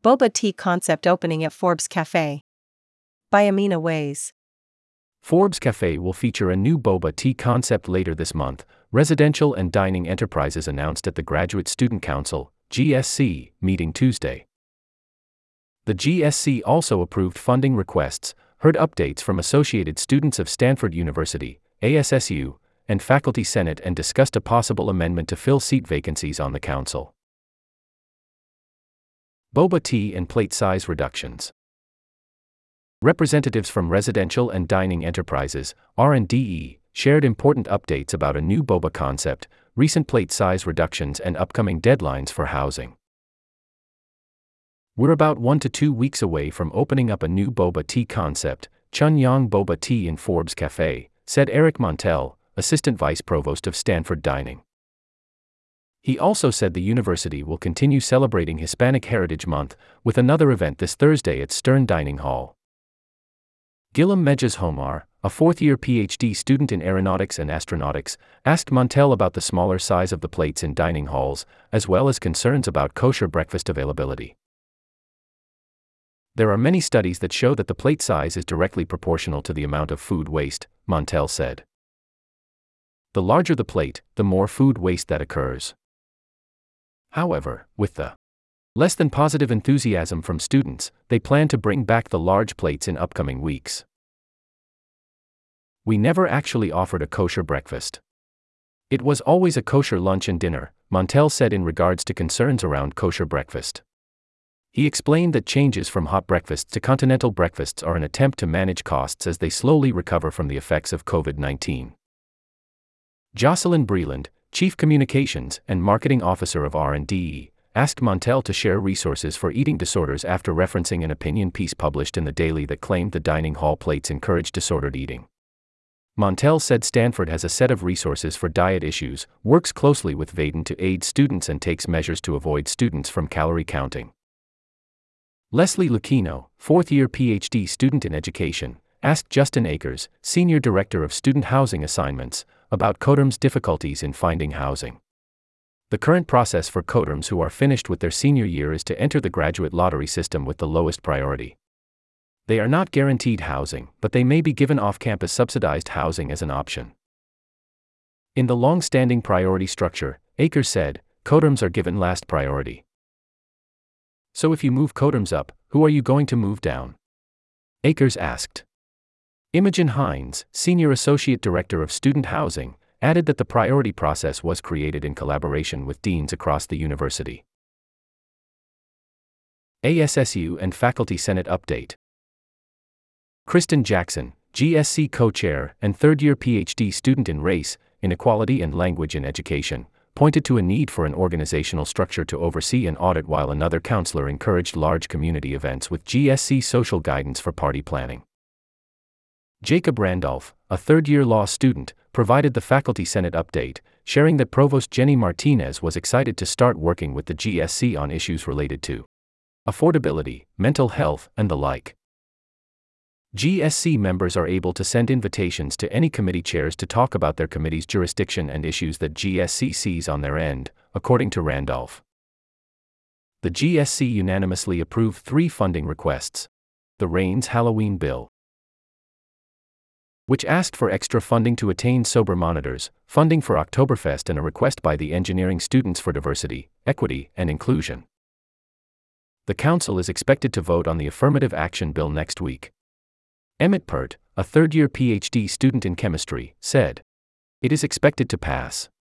Boba tea concept opening at Forbes Cafe. By Amina Ways. Forbes Cafe will feature a new boba tea concept later this month, Residential and Dining Enterprises announced at the Graduate Student Council, GSC, meeting Tuesday. The GSC also approved funding requests, heard updates from associated students of Stanford University, ASSU, and Faculty Senate and discussed a possible amendment to fill seat vacancies on the council. Boba tea and plate size reductions. Representatives from Residential and Dining Enterprises, R&DE, shared important updates about a new boba concept, recent plate size reductions and upcoming deadlines for housing. We're about 1 to 2 weeks away from opening up a new boba tea concept, Chunyang Boba Tea in Forbes Cafe, said Eric Montel, Assistant Vice Provost of Stanford Dining. He also said the university will continue celebrating Hispanic Heritage Month, with another event this Thursday at Stern Dining Hall. Gilliam Mejas Homar, a fourth-year PhD student in aeronautics and astronautics, asked Montel about the smaller size of the plates in dining halls, as well as concerns about kosher breakfast availability. There are many studies that show that the plate size is directly proportional to the amount of food waste, Montel said. The larger the plate, the more food waste that occurs. However, with the less than positive enthusiasm from students, they plan to bring back the large plates in upcoming weeks. We never actually offered a kosher breakfast. It was always a kosher lunch and dinner, Montel said in regards to concerns around kosher breakfast. He explained that changes from hot breakfasts to continental breakfasts are an attempt to manage costs as they slowly recover from the effects of COVID-19. Jocelyn Breland, Chief Communications and Marketing Officer of R&DE, asked Montel to share resources for eating disorders after referencing an opinion piece published in the Daily that claimed the dining hall plates encourage disordered eating. Montel said Stanford has a set of resources for diet issues, works closely with Vaden to aid students and takes measures to avoid students from calorie counting. Leslie Lucchino, fourth-year PhD student in education, asked Justin Akers, Senior Director of Student Housing Assignments, about coterms' difficulties in finding housing. The current process for coterms who are finished with their senior year is to enter the graduate lottery system with the lowest priority. They are not guaranteed housing, but they may be given off-campus subsidized housing as an option. In the long-standing priority structure, Akers said, coterms are given last priority. So if you move coterms up, who are you going to move down? Akers asked. Imogen Hines, Senior Associate Director of Student Housing, added that the priority process was created in collaboration with deans across the university. ASSU and Faculty Senate update. Kristen Jackson, GSC co-chair and third-year PhD student in race, inequality and language in education, pointed to a need for an organizational structure to oversee and audit, while another counselor encouraged large community events with GSC social guidance for party planning. Jacob Randolph, a third-year law student, provided the Faculty Senate update, sharing that Provost Jenny Martinez was excited to start working with the GSC on issues related to affordability, mental health, and the like. GSC members are able to send invitations to any committee chairs to talk about their committee's jurisdiction and issues that GSC sees on their end, according to Randolph. The GSC unanimously approved 3 funding requests. The Raines Halloween Bill, which asked for extra funding to attain sober monitors, funding for Oktoberfest, and a request by the engineering students for diversity, equity, and inclusion. The council is expected to vote on the affirmative action bill next week. Emmett Pert, a third-year PhD student in chemistry, said, "It is expected to pass."